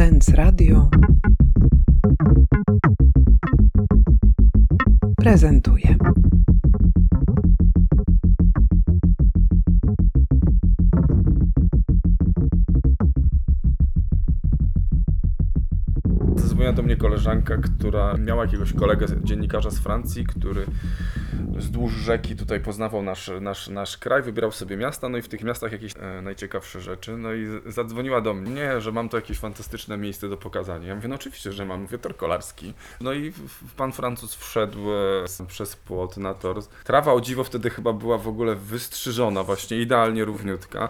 Sens Radio prezentuje. Zadzwoniła do mnie koleżanka, która miała jakiegoś kolegę, dziennikarza z Francji, który wzdłuż rzeki tutaj poznawał nasz kraj, wybierał sobie miasta, no i w tych miastach jakieś najciekawsze rzeczy. No i zadzwoniła do mnie, że mam tu jakieś fantastyczne miejsce do pokazania. Ja mówię, no oczywiście, że mam. Mówię, tor kolarski. No i pan Francuz wszedł przez płot na tor. Trawa, o dziwo, wtedy chyba była w ogóle wystrzyżona, właśnie idealnie równiutka.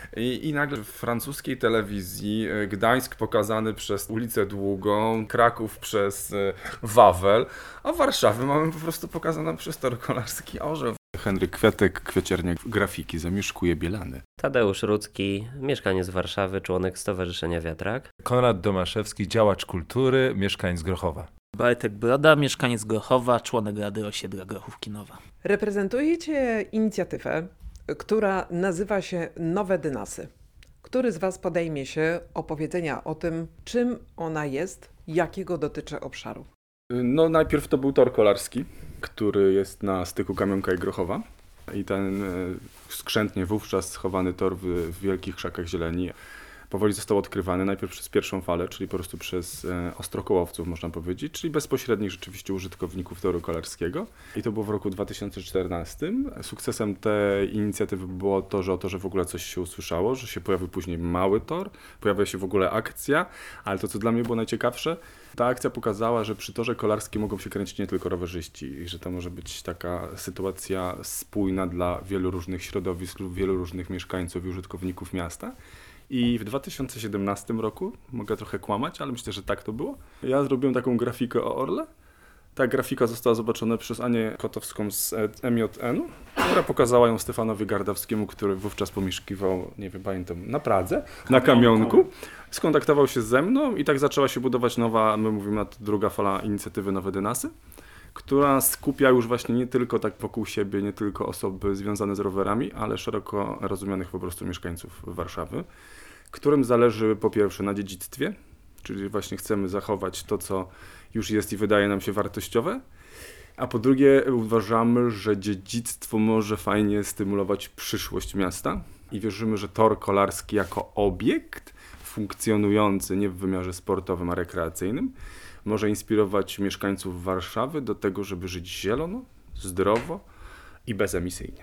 I nagle w francuskiej telewizji Gdańsk pokazany przez ulicę Długą, Kraków przez Wawel, a Warszawę mamy po prostu pokazaną przez tor kolarski Orzeł. Henryk Kwiatek, kwieciarnia grafiki, zamieszkuje Bielany. Tadeusz Rudzki, mieszkaniec Warszawy, członek Stowarzyszenia Wiatrak. Konrad Domaszewski, działacz kultury, mieszkaniec Grochowa. Bartek Broda, mieszkaniec Grochowa, członek Rady Osiedla Grochówki-Nowa. Reprezentujecie inicjatywę, która nazywa się Nowe Dynasy. Który z Was podejmie się opowiedzenia o tym, czym ona jest, jakiego dotyczy obszaru? No najpierw to był tor kolarski, który jest na styku Kamionka i Grochowa. I ten skrzętnie wówczas schowany tor w wielkich krzakach zieleni powoli został odkrywany najpierw przez pierwszą falę, czyli po prostu przez ostrokołowców, można powiedzieć, czyli bezpośrednich rzeczywiście użytkowników toru kolarskiego. I to było w roku 2014. Sukcesem tej inicjatywy było to, że w ogóle coś się usłyszało, że się pojawił później mały tor, pojawiła się w ogóle akcja, ale to, co dla mnie było najciekawsze, ta akcja pokazała, że przy torze kolarskim mogą się kręcić nie tylko rowerzyści i że to może być taka sytuacja spójna dla wielu różnych środowisk lub wielu różnych mieszkańców i użytkowników miasta. I w 2017 roku, mogę trochę kłamać, ale myślę, że tak to było, ja zrobiłem taką grafikę o Orle. Ta grafika została zobaczona przez Anię Kotowską z MJN, która pokazała ją Stefanowi Gardawskiemu, który wówczas pomieszkiwał, nie wiem, pamiętam, na Pradze, na Kamionku. Skontaktował się ze mną i tak zaczęła się budować nowa, my mówimy na to druga fala inicjatywy Nowe Dynasy, która skupia już właśnie nie tylko tak wokół siebie, nie tylko osoby związane z rowerami, ale szeroko rozumianych po prostu mieszkańców Warszawy, którym zależy po pierwsze na dziedzictwie, czyli właśnie chcemy zachować to, co już jest i wydaje nam się wartościowe, a po drugie uważamy, że dziedzictwo może fajnie stymulować przyszłość miasta i wierzymy, że tor kolarski jako obiekt funkcjonujący nie w wymiarze sportowym, a rekreacyjnym może inspirować mieszkańców Warszawy do tego, żeby żyć zielono, zdrowo i bezemisyjnie.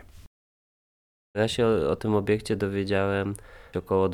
Ja się o tym obiekcie dowiedziałem około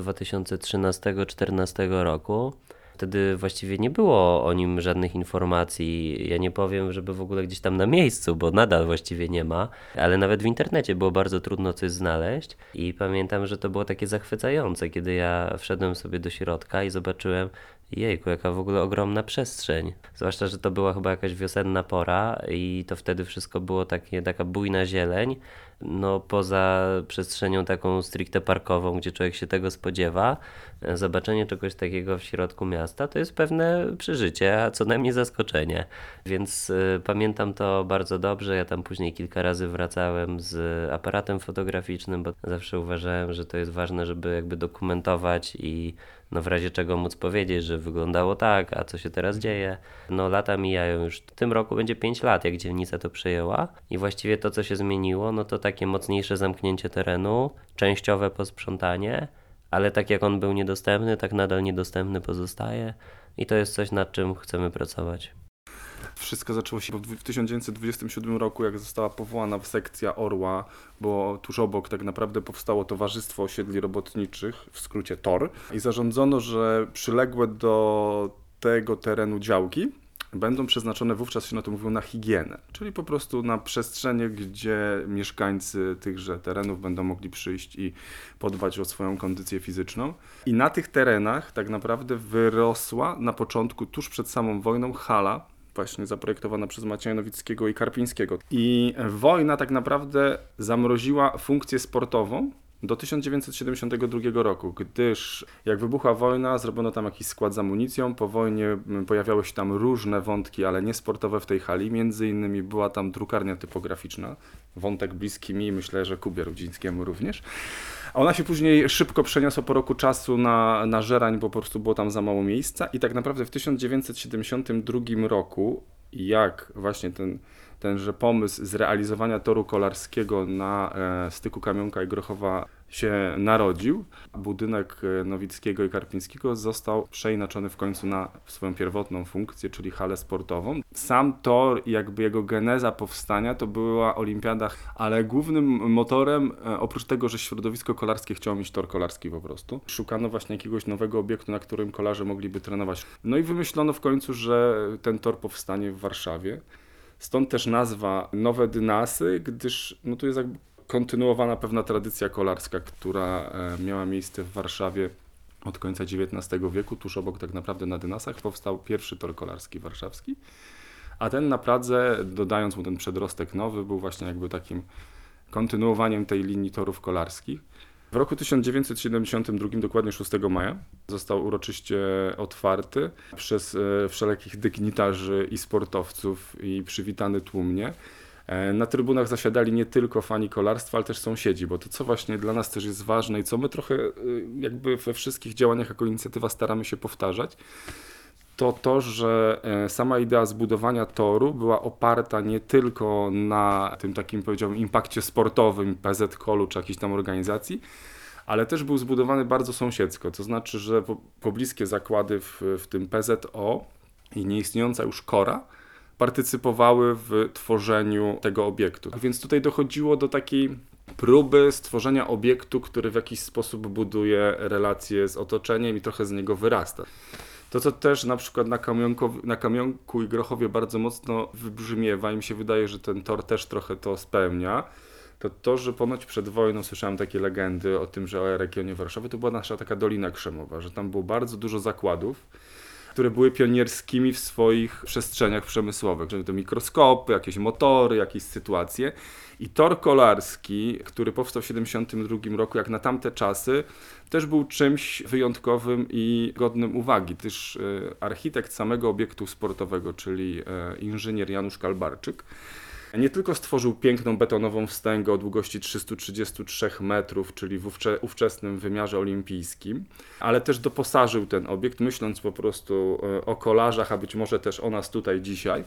2013-2014 roku. Wtedy właściwie nie było o nim żadnych informacji. Ja nie powiem, żeby w ogóle gdzieś tam na miejscu, bo nadal właściwie nie ma, ale nawet w internecie było bardzo trudno coś znaleźć i pamiętam, że to było takie zachwycające, kiedy ja wszedłem sobie do środka i zobaczyłem, jejku, jaka w ogóle ogromna przestrzeń. Zwłaszcza, że to była chyba jakaś wiosenna pora i to wtedy wszystko było taka bujna zieleń. No poza przestrzenią taką stricte parkową, gdzie człowiek się tego spodziewa, zobaczenie czegoś takiego w środku miasta to jest pewne przeżycie, a co najmniej zaskoczenie. Więc pamiętam to bardzo dobrze. Ja tam później kilka razy wracałem z aparatem fotograficznym, bo zawsze uważałem, że to jest ważne, żeby jakby dokumentować i no w razie czego móc powiedzieć, że wyglądało tak, a co się teraz dzieje. No lata mijają już. W tym roku będzie 5 lat, jak dzielnica to przejęła i właściwie to, co się zmieniło, no to takie mocniejsze zamknięcie terenu, częściowe posprzątanie, ale tak jak on był niedostępny, tak nadal niedostępny pozostaje i to jest coś, nad czym chcemy pracować. Wszystko zaczęło się w 1927 roku, jak została powołana sekcja Orła, bo tuż obok tak naprawdę powstało Towarzystwo Osiedli Robotniczych, w skrócie TOR, i zarządzono, że przyległe do tego terenu działki będą przeznaczone, wówczas się na to mówiło, na higienę, czyli po prostu na przestrzenie, gdzie mieszkańcy tychże terenów będą mogli przyjść i podbać o swoją kondycję fizyczną. I na tych terenach tak naprawdę wyrosła na początku, tuż przed samą wojną, hala, właśnie zaprojektowana przez Macieja Nowickiego i Karpińskiego. I wojna tak naprawdę zamroziła funkcję sportową do 1972 roku, gdyż jak wybuchła wojna, zrobiono tam jakiś skład z amunicją, po wojnie pojawiały się tam różne wątki, ale nie sportowe w tej hali, między innymi była tam drukarnia typograficzna, wątek bliski mi, myślę, że Kubie Rudzińskiemu również. A ona się później szybko przeniosła po roku czasu na Żerań, bo po prostu było tam za mało miejsca i tak naprawdę w 1972 roku, jak właśnie tenże pomysł zrealizowania toru kolarskiego na styku Kamionka i Grochowa się narodził, budynek Nowickiego i Karpińskiego został przeinaczony w końcu na swoją pierwotną funkcję, czyli halę sportową. Sam tor i jakby jego geneza powstania to była olimpiada, ale głównym motorem, oprócz tego, że środowisko kolarskie chciało mieć tor kolarski po prostu, szukano właśnie jakiegoś nowego obiektu, na którym kolarze mogliby trenować. No i wymyślono w końcu, że ten tor powstanie w Warszawie. Stąd też nazwa Nowe Dynasy, gdyż no tu jest jakby kontynuowana pewna tradycja kolarska, która miała miejsce w Warszawie od końca XIX wieku. Tuż obok tak naprawdę na Dynasach powstał pierwszy tor kolarski warszawski, a ten na Pradze, dodając mu ten przedrostek nowy, był właśnie jakby takim kontynuowaniem tej linii torów kolarskich. W roku 1972, dokładnie 6 maja, został uroczyście otwarty przez wszelkich dygnitarzy i sportowców i przywitany tłumnie. Na trybunach zasiadali nie tylko fani kolarstwa, ale też sąsiedzi, bo to co właśnie dla nas też jest ważne i co my trochę jakby we wszystkich działaniach jako inicjatywa staramy się powtarzać, to, że sama idea zbudowania toru była oparta nie tylko na tym takim, powiedziałbym, impakcie sportowym PZKOL-u czy jakiejś tam organizacji, ale też był zbudowany bardzo sąsiedzko, to znaczy, że pobliskie zakłady w tym PZO i nieistniejąca już KORA partycypowały w tworzeniu tego obiektu. Więc tutaj dochodziło do takiej próby stworzenia obiektu, który w jakiś sposób buduje relacje z otoczeniem i trochę z niego wyrasta. To, co też na przykład na Kamionku i Grochowie bardzo mocno wybrzmiewa i mi się wydaje, że ten tor też trochę to spełnia, to, że ponoć przed wojną słyszałem takie legendy o tym, że o regionie Warszawy to była nasza taka Dolina Krzemowa, że tam było bardzo dużo zakładów, które były pionierskimi w swoich przestrzeniach przemysłowych, czyli to mikroskopy, jakieś motory, jakieś sytuacje. I tor kolarski, który powstał w 1972 roku, jak na tamte czasy, też był czymś wyjątkowym i godnym uwagi. Też architekt samego obiektu sportowego, czyli inżynier Janusz Kalbarczyk, nie tylko stworzył piękną betonową wstęgę o długości 333 metrów, czyli w ówczesnym wymiarze olimpijskim, ale też doposażył ten obiekt, myśląc po prostu o kolarzach, a być może też o nas tutaj dzisiaj.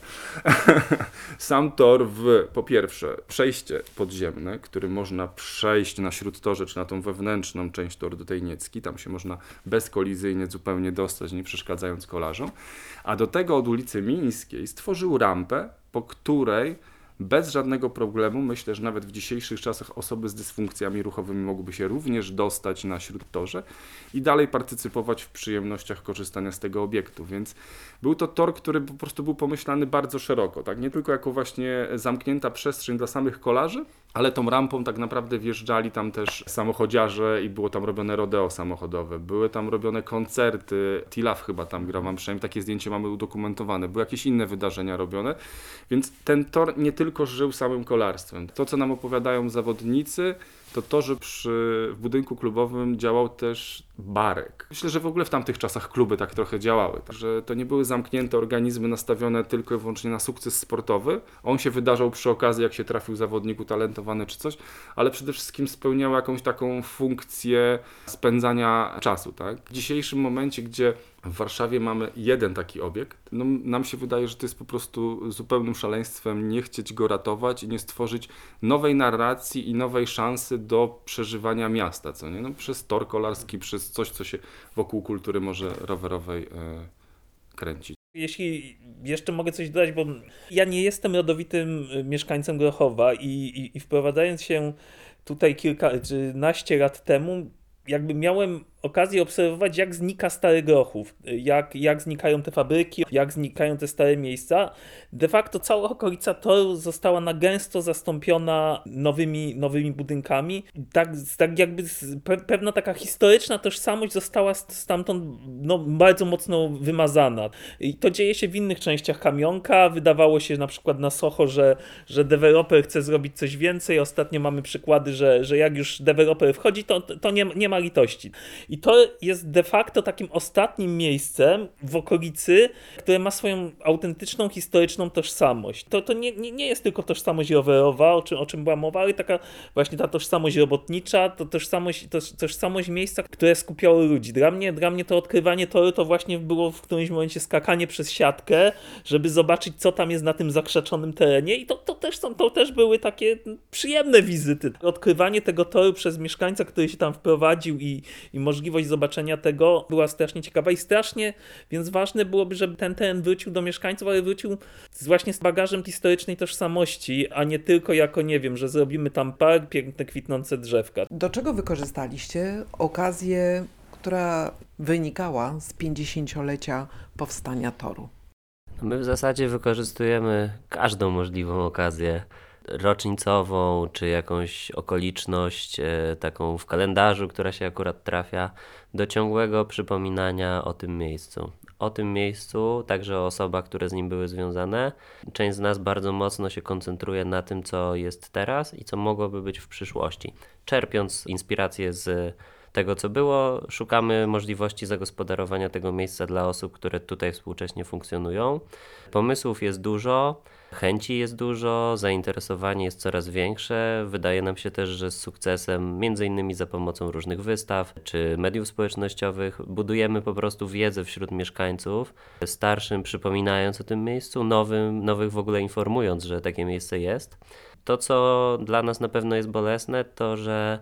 Sam tor po pierwsze, przejście podziemne, którym można przejść na śródtorze, czy na tą wewnętrzną część toru do tej Niecki, tam się można bezkolizyjnie zupełnie dostać, nie przeszkadzając kolarzom, a do tego od ulicy Mińskiej stworzył rampę, po której bez żadnego problemu, myślę, że nawet w dzisiejszych czasach osoby z dysfunkcjami ruchowymi mogłyby się również dostać na śródtorze i dalej partycypować w przyjemnościach korzystania z tego obiektu, więc był to tor, który po prostu był pomyślany bardzo szeroko, tak? Nie tylko jako właśnie zamknięta przestrzeń dla samych kolarzy, ale tą rampą tak naprawdę wjeżdżali tam też samochodziarze i było tam robione rodeo samochodowe, były tam robione koncerty, Tilaf chyba tam grał, mam przynajmniej takie zdjęcie mamy udokumentowane, były jakieś inne wydarzenia robione, więc ten tor nie tylko żył samym kolarstwem. To, co nam opowiadają zawodnicy, to, że w budynku klubowym działał też barek. Myślę, że w ogóle w tamtych czasach kluby tak trochę działały, że to nie były zamknięte organizmy nastawione tylko i wyłącznie na sukces sportowy. On się wydarzał przy okazji, jak się trafił zawodnik utalentowany czy coś, ale przede wszystkim spełniał jakąś taką funkcję spędzania czasu. Tak? W dzisiejszym momencie, gdzie w Warszawie mamy jeden taki obiekt, no nam się wydaje, że to jest po prostu zupełnym szaleństwem nie chcieć go ratować i nie stworzyć nowej narracji i nowej szansy do przeżywania miasta, co nie? No, przez tor kolarski, przez coś, co się wokół kultury może rowerowej kręcić. Jeśli jeszcze mogę coś dodać, bo ja nie jestem rodowitym mieszkańcem Grochowa i wprowadzając się tutaj kilkanaście lat temu, jakby miałem okazję obserwować, jak znika Stary Grochów, jak znikają te fabryki, jak znikają te stare miejsca. De facto cała okolica toru została na gęsto zastąpiona nowymi budynkami. Tak jakby pewna taka historyczna tożsamość została stamtąd bardzo mocno wymazana. I to dzieje się w innych częściach Kamionka. Wydawało się na przykład na Soho, że deweloper chce zrobić coś więcej. Ostatnio mamy przykłady, że jak już deweloper wchodzi, to nie ma litości. I to jest de facto takim ostatnim miejscem w okolicy, które ma swoją autentyczną, historyczną tożsamość. To nie jest tylko tożsamość rowerowa, o czym była mowa, ale taka właśnie ta tożsamość robotnicza, to tożsamość miejsca, które skupiało ludzi. Dla mnie to odkrywanie toru to właśnie było w którymś momencie skakanie przez siatkę, żeby zobaczyć, co tam jest na tym zakrzaczonym terenie, i to też były takie przyjemne wizyty. Odkrywanie tego toru przez mieszkańca, który się tam wprowadził, i możliwość zobaczenia tego była strasznie ciekawa i strasznie, więc ważne byłoby, żeby ten teren wrócił do mieszkańców, ale wrócił właśnie z bagażem historycznej tożsamości, a nie tylko jako, nie wiem, że zrobimy tam park, piękne, kwitnące drzewka. Do czego wykorzystaliście okazję, która wynikała z 50-lecia powstania toru? My w zasadzie wykorzystujemy każdą możliwą okazję rocznicową, czy jakąś okoliczność taką w kalendarzu, która się akurat trafia, do ciągłego przypominania o tym miejscu. O tym miejscu, także o osobach, które z nim były związane. Część z nas bardzo mocno się koncentruje na tym, co jest teraz i co mogłoby być w przyszłości. Czerpiąc inspirację z tego, co było, szukamy możliwości zagospodarowania tego miejsca dla osób, które tutaj współcześnie funkcjonują. Pomysłów jest dużo, chęci jest dużo, zainteresowanie jest coraz większe. Wydaje nam się też, że z sukcesem, między innymi za pomocą różnych wystaw czy mediów społecznościowych, budujemy po prostu wiedzę wśród mieszkańców, starszym przypominając o tym miejscu, nowych w ogóle informując, że takie miejsce jest. To, co dla nas na pewno jest bolesne, to że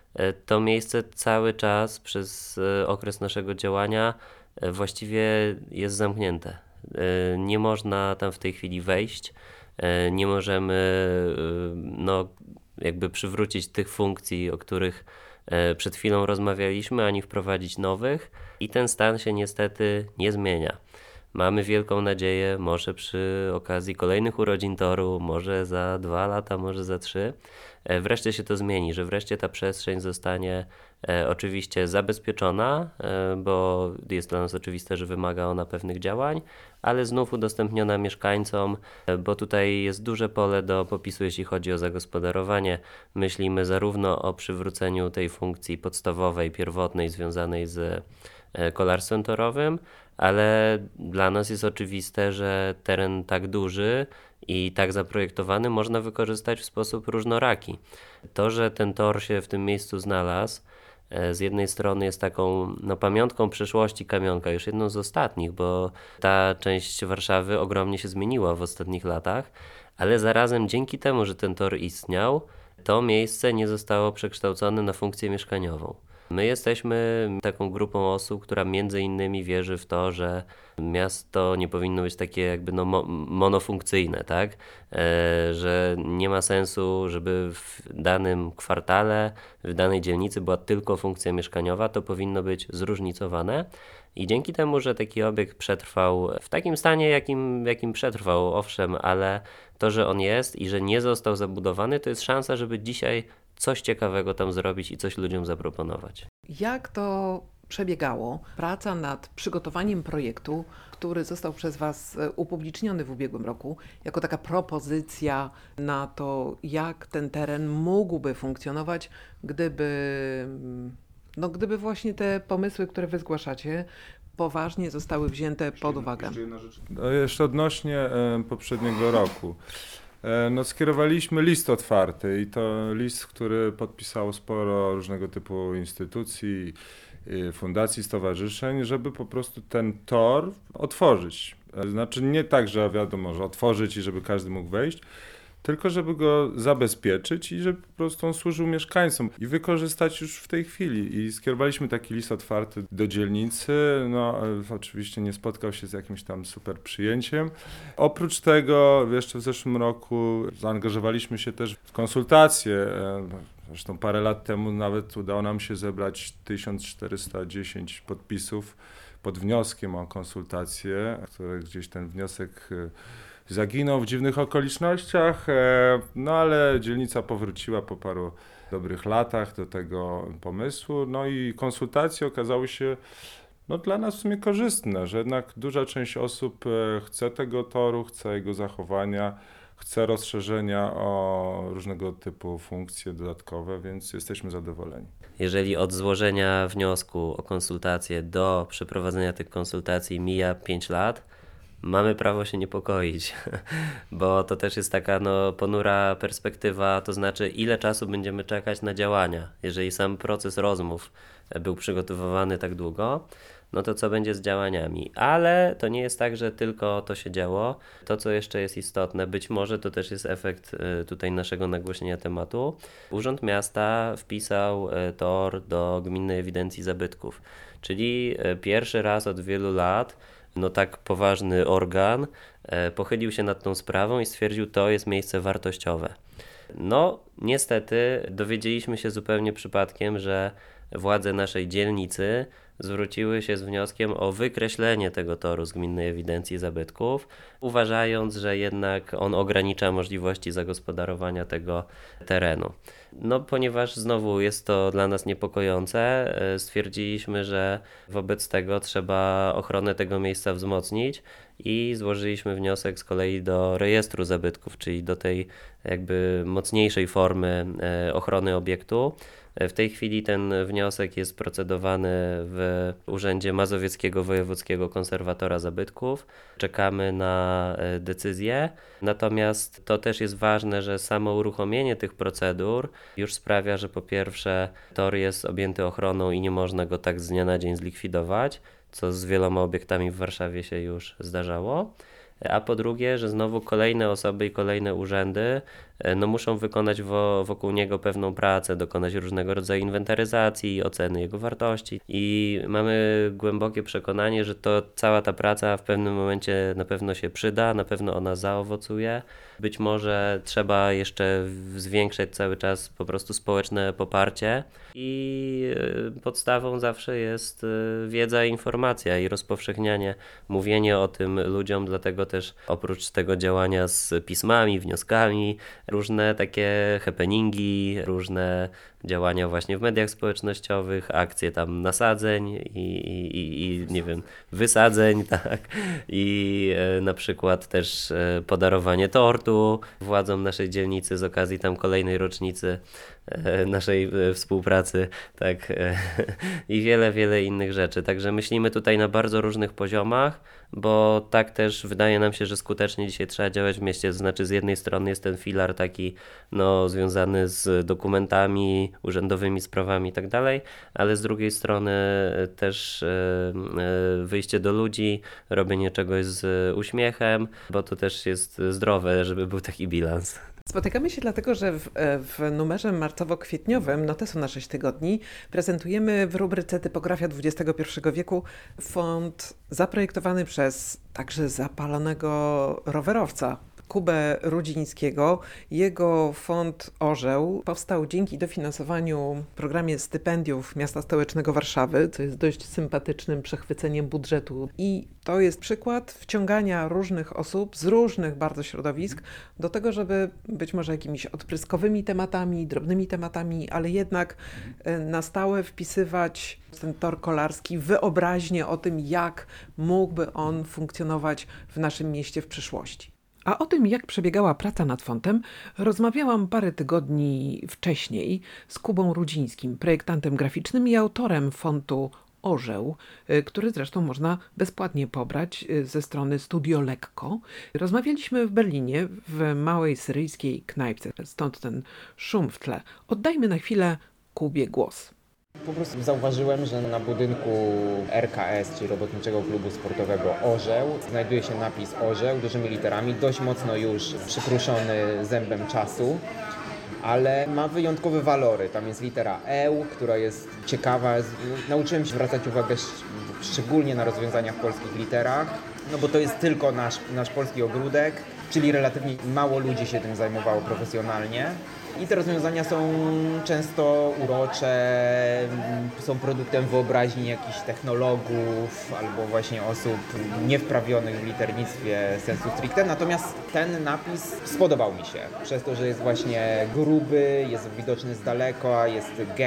to miejsce cały czas przez okres naszego działania właściwie jest zamknięte. Nie można tam w tej chwili wejść, nie możemy jakby przywrócić tych funkcji, o których przed chwilą rozmawialiśmy, ani wprowadzić nowych, i ten stan się niestety nie zmienia. Mamy wielką nadzieję, może przy okazji kolejnych urodzin toru, może za 2 lata, może za 3, wreszcie się to zmieni, że wreszcie ta przestrzeń zostanie oczywiście zabezpieczona, bo jest dla nas oczywiste, że wymaga ona pewnych działań, ale znów udostępniona mieszkańcom, bo tutaj jest duże pole do popisu, jeśli chodzi o zagospodarowanie. Myślimy zarówno o przywróceniu tej funkcji podstawowej, pierwotnej, związanej z kolarstwem torowym, ale dla nas jest oczywiste, że teren tak duży i tak zaprojektowany można wykorzystać w sposób różnoraki. To, że ten tor się w tym miejscu znalazł, z jednej strony jest taką pamiątką przeszłości Kamionka, już jedną z ostatnich, bo ta część Warszawy ogromnie się zmieniła w ostatnich latach, ale zarazem dzięki temu, że ten tor istniał, to miejsce nie zostało przekształcone na funkcję mieszkaniową. My jesteśmy taką grupą osób, która między innymi wierzy w to, że miasto nie powinno być takie jakby monofunkcyjne, tak? Że nie ma sensu, żeby w danym kwartale, w danej dzielnicy była tylko funkcja mieszkaniowa, to powinno być zróżnicowane. I dzięki temu, że taki obiekt przetrwał w takim stanie, jakim przetrwał, owszem, ale to, że on jest i że nie został zabudowany, to jest szansa, żeby dzisiaj coś ciekawego tam zrobić i coś ludziom zaproponować. Jak to przebiegało? Praca nad przygotowaniem projektu, który został przez Was upubliczniony w ubiegłym roku, jako taka propozycja na to, jak ten teren mógłby funkcjonować, gdyby właśnie te pomysły, które Wy zgłaszacie, poważnie zostały wzięte pod uwagę. Jeszcze odnośnie poprzedniego roku. Skierowaliśmy list otwarty i to list, który podpisało sporo różnego typu instytucji, fundacji, stowarzyszeń, żeby po prostu ten tor otworzyć. Znaczy nie tak, że wiadomo, że otworzyć i żeby każdy mógł wejść, tylko żeby go zabezpieczyć i żeby po prostu on służył mieszkańcom i wykorzystać już w tej chwili. I skierowaliśmy taki list otwarty do dzielnicy, oczywiście nie spotkał się z jakimś tam super przyjęciem. Oprócz tego jeszcze w zeszłym roku zaangażowaliśmy się też w konsultacje Zresztą parę lat temu nawet udało nam się zebrać 1410 podpisów pod wnioskiem o konsultacje, który gdzieś ten wniosek zaginął w dziwnych okolicznościach, no ale dzielnica powróciła po paru dobrych latach do tego pomysłu, no i konsultacje okazały się no, dla nas w sumie korzystne, że jednak duża część osób chce tego toru, chce jego zachowania, chce rozszerzenia o różnego typu funkcje dodatkowe, więc jesteśmy zadowoleni. Jeżeli od złożenia wniosku o konsultacje do przeprowadzenia tych konsultacji mija 5 lat, mamy prawo się niepokoić, bo to też jest taka ponura perspektywa, to znaczy ile czasu będziemy czekać na działania. Jeżeli sam proces rozmów był przygotowywany tak długo, no to co będzie z działaniami? Ale to nie jest tak, że tylko to się działo. To, co jeszcze jest istotne, być może to też jest efekt tutaj naszego nagłośnienia tematu. Urząd Miasta wpisał TOR do Gminnej Ewidencji Zabytków, czyli pierwszy raz od wielu lat tak poważny organ pochylił się nad tą sprawą i stwierdził, to jest miejsce wartościowe. Niestety dowiedzieliśmy się zupełnie przypadkiem, że władze naszej dzielnicy zwróciły się z wnioskiem o wykreślenie tego toru z Gminnej Ewidencji Zabytków, uważając, że jednak on ogranicza możliwości zagospodarowania tego terenu. Ponieważ znowu jest to dla nas niepokojące, stwierdziliśmy, że wobec tego trzeba ochronę tego miejsca wzmocnić i złożyliśmy wniosek z kolei do rejestru zabytków, czyli do tej jakby mocniejszej formy ochrony obiektu. W tej chwili ten wniosek jest procedowany w Urzędzie Mazowieckiego Wojewódzkiego Konserwatora Zabytków. Czekamy na decyzję. Natomiast to też jest ważne, że samo uruchomienie tych procedur już sprawia, że po pierwsze tor jest objęty ochroną i nie można go tak z dnia na dzień zlikwidować, co z wieloma obiektami w Warszawie się już zdarzało. A po drugie, że znowu kolejne osoby i kolejne urzędy muszą wykonać wokół niego pewną pracę, dokonać różnego rodzaju inwentaryzacji, oceny jego wartości i mamy głębokie przekonanie, że cała ta praca w pewnym momencie na pewno się przyda, na pewno ona zaowocuje. Być może trzeba jeszcze zwiększać cały czas po prostu społeczne poparcie i podstawą zawsze jest wiedza i informacja i rozpowszechnianie, mówienie o tym ludziom, dlatego też oprócz tego działania z pismami, wnioskami, różne takie happeningi, różne działania właśnie w mediach społecznościowych, akcje tam nasadzeń i nie wiem, wysadzeń, tak, i na przykład też podarowanie tortu władzom naszej dzielnicy z okazji tam kolejnej rocznicy naszej współpracy, tak, i wiele innych rzeczy. Także myślimy tutaj na bardzo różnych poziomach, bo tak też wydaje nam się, że skutecznie dzisiaj trzeba działać w mieście, to znaczy z jednej strony jest ten filar taki związany z dokumentami, urzędowymi sprawami i tak dalej, ale z drugiej strony też wyjście do ludzi, robienie czegoś z uśmiechem, bo to też jest zdrowe, żeby był taki bilans. Spotykamy się dlatego, że w numerze marcowo-kwietniowym Notesu na 6 tygodni prezentujemy w rubryce Typografia XXI wieku font zaprojektowany przez także zapalonego rowerowca Kubę Rudzińskiego. Jego font Orzeł powstał dzięki dofinansowaniu w programie stypendiów Miasta Stołecznego Warszawy, co jest dość sympatycznym przechwyceniem budżetu. I to jest przykład wciągania różnych osób z różnych bardzo środowisk do tego, żeby być może jakimiś odpryskowymi tematami, drobnymi tematami, ale jednak na stałe wpisywać ten tor kolarski, wyobraźnię o tym, jak mógłby on funkcjonować w naszym mieście w przyszłości. A o tym, jak przebiegała praca nad fontem, rozmawiałam parę tygodni wcześniej z Kubą Rudzińskim, projektantem graficznym i autorem fontu Orzeł, który zresztą można bezpłatnie pobrać ze strony Studio Lekko. Rozmawialiśmy w Berlinie, w małej syryjskiej knajpce, stąd ten szum w tle. Oddajmy na chwilę Kubie głos. Po prostu zauważyłem, że na budynku RKS, czyli Robotniczego Klubu Sportowego Orzeł, znajduje się napis Orzeł dużymi literami, dość mocno już przypruszony zębem czasu, ale ma wyjątkowe walory. Tam jest litera E, która jest ciekawa. Nauczyłem się zwracać uwagę szczególnie na rozwiązania w polskich literach, bo to jest tylko nasz polski ogródek, czyli relatywnie mało ludzi się tym zajmowało profesjonalnie. I te rozwiązania są często urocze, są produktem wyobraźni jakichś technologów albo właśnie osób niewprawionych w liternictwie sensu stricte. Natomiast ten napis spodobał mi się przez to, że jest właśnie gruby, jest widoczny z daleka, jest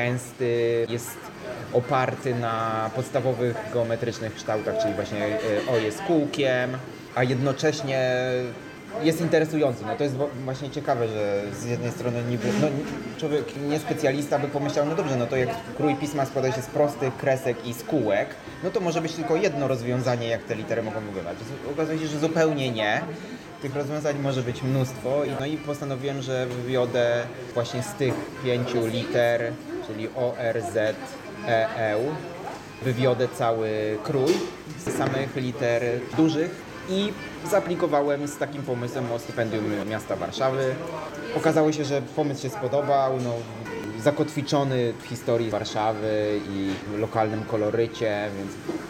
gęsty, jest oparty na podstawowych geometrycznych kształtach, czyli właśnie O jest kółkiem, a jednocześnie jest interesujący. No to jest właśnie ciekawe, że z jednej strony niby, człowiek niespecjalista by pomyślał, no dobrze, no to jak krój pisma składa się z prostych kresek i z kółek, no to może być tylko jedno rozwiązanie, jak te litery mogą wyglądać. Okazuje się, że zupełnie nie. Tych rozwiązań może być mnóstwo i postanowiłem, że wywiodę właśnie z tych 5 liter, czyli O, R, Z, E, E, wywiodę cały krój z samych liter dużych i zaaplikowałem z takim pomysłem o stypendium miasta Warszawy. Okazało się, że pomysł się spodobał, zakotwiczony w historii Warszawy i lokalnym kolorycie, więc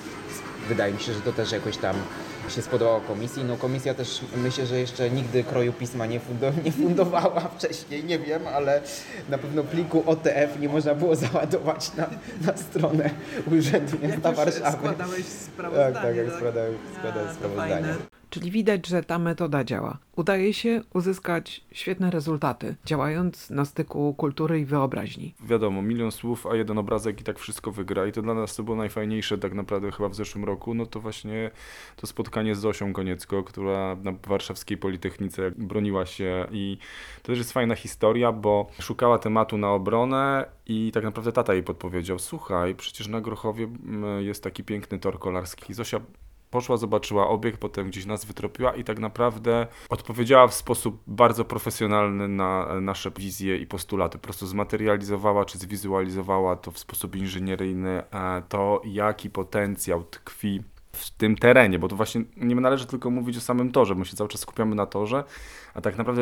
wydaje mi się, że to też jakoś tam się spodobało komisji. Komisja też myślę, że jeszcze nigdy kroju pisma nie fundowała wcześniej, nie wiem, ale na pewno pliku OTF nie można było załadować na stronę Urzędu Miasta Warszawy. Składałeś sprawozdanie. Tak, jak składałem sprawozdanie. Fajne. Czyli widać, że ta metoda działa. Udaje się uzyskać świetne rezultaty, działając na styku kultury i wyobraźni. Wiadomo, 1 000 000 słów, a jeden obrazek i tak wszystko wygra. I to dla nas to było najfajniejsze tak naprawdę chyba w zeszłym roku. No to właśnie to spotkanie z Zosią Koniecko, która na warszawskiej Politechnice broniła się i to też jest fajna historia, bo szukała tematu na obronę i tak naprawdę tata jej podpowiedział: słuchaj, przecież na Grochowie jest taki piękny tor kolarski. Zosia poszła, zobaczyła obiekt, potem gdzieś nas wytropiła i tak naprawdę odpowiedziała w sposób bardzo profesjonalny na nasze wizje i postulaty. Po prostu zmaterializowała czy zwizualizowała to w sposób inżynieryjny, to jaki potencjał tkwi w tym terenie, bo to właśnie nie należy tylko mówić o samym torze, my się cały czas skupiamy na torze, a tak naprawdę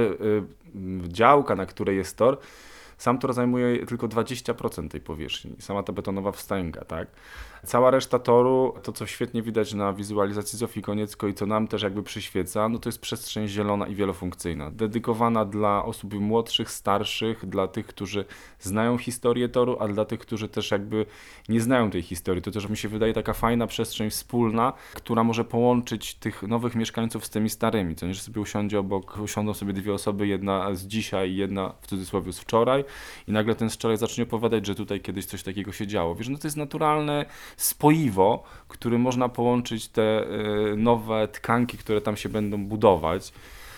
działka, na której jest tor, sam tor zajmuje tylko 20% tej powierzchni, sama ta betonowa wstęga, tak? Cała reszta toru, to co świetnie widać na wizualizacji Zofii Koniecko i co nam też jakby przyświeca, no to jest przestrzeń zielona i wielofunkcyjna, dedykowana dla osób młodszych, starszych, dla tych, którzy znają historię toru, a dla tych, którzy też jakby nie znają tej historii. To też mi się wydaje taka fajna przestrzeń wspólna, która może połączyć tych nowych mieszkańców z tymi starymi, co nie, że sobie usiądą sobie 2 osoby, jedna z dzisiaj, jedna w cudzysłowie z wczoraj i nagle ten z wczoraj zacznie opowiadać, że tutaj kiedyś coś takiego się działo. Wiesz, no to jest naturalne spoiwo, którym można połączyć te nowe tkanki, które tam się będą budować.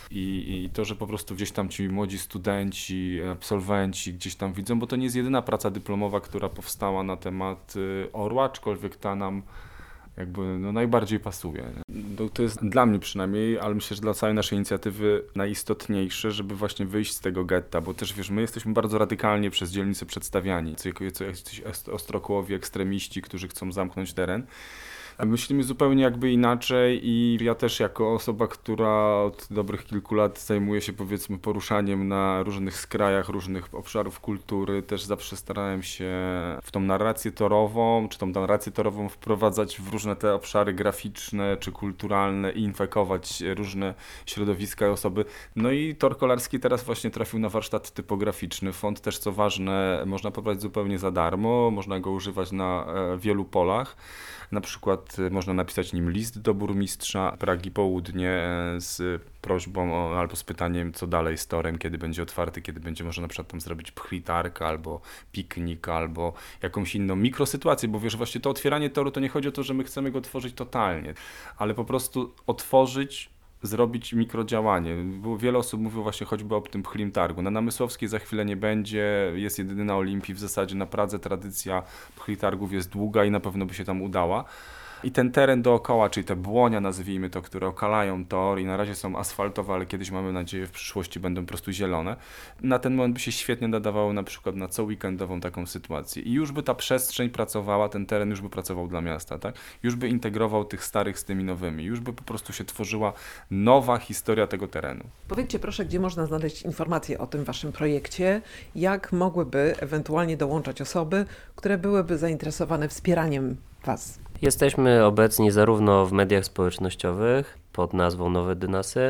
I to, że po prostu gdzieś tam ci młodzi studenci, absolwenci gdzieś tam widzą, bo to nie jest jedyna praca dyplomowa, która powstała na temat Orła, aczkolwiek ta nam jakby najbardziej pasuje. To jest dla mnie przynajmniej, ale myślę, że dla całej naszej inicjatywy najistotniejsze, żeby właśnie wyjść z tego getta, bo też wiesz, my jesteśmy bardzo radykalnie przez dzielnicę przedstawiani, co jacyś ostrokołowi ekstremiści, którzy chcą zamknąć teren. Myślimy zupełnie jakby inaczej i ja też jako osoba, która od dobrych kilku lat zajmuje się powiedzmy poruszaniem na różnych skrajach, różnych obszarów kultury, też zawsze starałem się w tą narrację torową, czy tą narrację torową wprowadzać w różne te obszary graficzne czy kulturalne i infekować różne środowiska i osoby. No i tor kolarski teraz właśnie trafił na warsztat typograficzny. Font też, co ważne, można pobrać zupełnie za darmo, można go używać na wielu polach. Na przykład można napisać nim list do burmistrza Pragi Południe z prośbą albo z pytaniem, co dalej z torem, kiedy będzie otwarty, kiedy będzie można na przykład tam zrobić pchlitarkę albo piknik, albo jakąś inną mikrosytuację, bo wiesz, właśnie to otwieranie toru to nie chodzi o to, że my chcemy go otworzyć totalnie, ale po prostu otworzyć, zrobić mikrodziałanie. Wiele osób mówiło właśnie choćby o tym pchlim targu. Na Namysłowskiej za chwilę nie będzie, jest jedyny na Olimpii, w zasadzie na Pradze tradycja pchli targów jest długa i na pewno by się tam udała. I ten teren dookoła, czyli te błonia, nazwijmy to, które okalają tor i na razie są asfaltowe, ale kiedyś mamy nadzieję w przyszłości będą po prostu zielone, na ten moment by się świetnie nadawało na przykład na co weekendową taką sytuację. I już by ta przestrzeń pracowała, ten teren już by pracował dla miasta, tak? Już by integrował tych starych z tymi nowymi, już by po prostu się tworzyła nowa historia tego terenu. Powiedzcie proszę, gdzie można znaleźć informacje o tym waszym projekcie, jak mogłyby ewentualnie dołączać osoby, które byłyby zainteresowane wspieraniem was. Jesteśmy obecni zarówno w mediach społecznościowych pod nazwą Nowe Dynasy,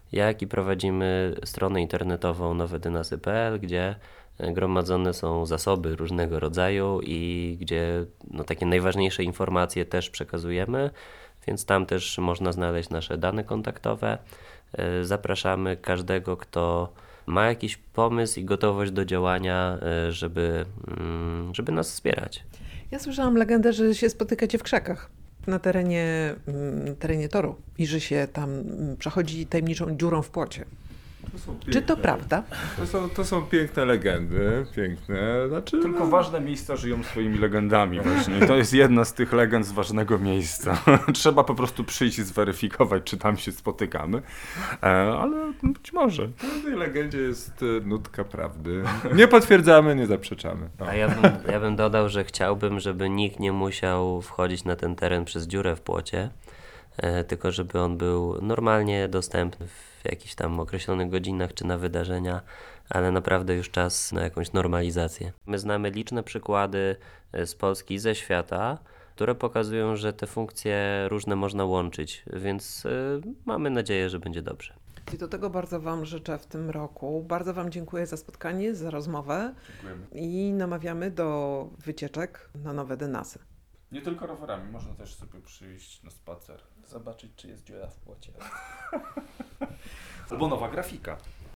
jak i prowadzimy stronę internetową nowedynasy.pl, gdzie gromadzone są zasoby różnego rodzaju i gdzie takie najważniejsze informacje też przekazujemy, więc tam też można znaleźć nasze dane kontaktowe. Zapraszamy każdego, kto ma jakiś pomysł i gotowość do działania, żeby nas wspierać. Ja słyszałam legendę, że się spotykacie w krzakach na terenie toru i że się tam przechodzi tajemniczą dziurą w płocie. Czy to prawda? To są piękne legendy, piękne. Znaczy, Tylko ważne miejsca żyją swoimi legendami właśnie. To jest jedna z tych legend z ważnego miejsca. Trzeba po prostu przyjść i zweryfikować, czy tam się spotykamy. Ale być może. w tej legendzie jest nutka prawdy. Nie potwierdzamy, nie zaprzeczamy. No. A ja bym dodał, że chciałbym, żeby nikt nie musiał wchodzić na ten teren przez dziurę w płocie, tylko żeby on był normalnie dostępny w jakichś tam określonych godzinach czy na wydarzenia, ale naprawdę już czas na jakąś normalizację. My znamy liczne przykłady z Polski i ze świata, które pokazują, że te funkcje różne można łączyć, więc mamy nadzieję, że będzie dobrze. I do tego bardzo Wam życzę w tym roku. Bardzo Wam dziękuję za spotkanie, za rozmowę. Dziękujemy. I namawiamy do wycieczek na nowe dynasy. Nie tylko rowerami, można też sobie przyjść na spacer. Zobaczyć, czy jest dziura w płocie. Albo nowa grafika.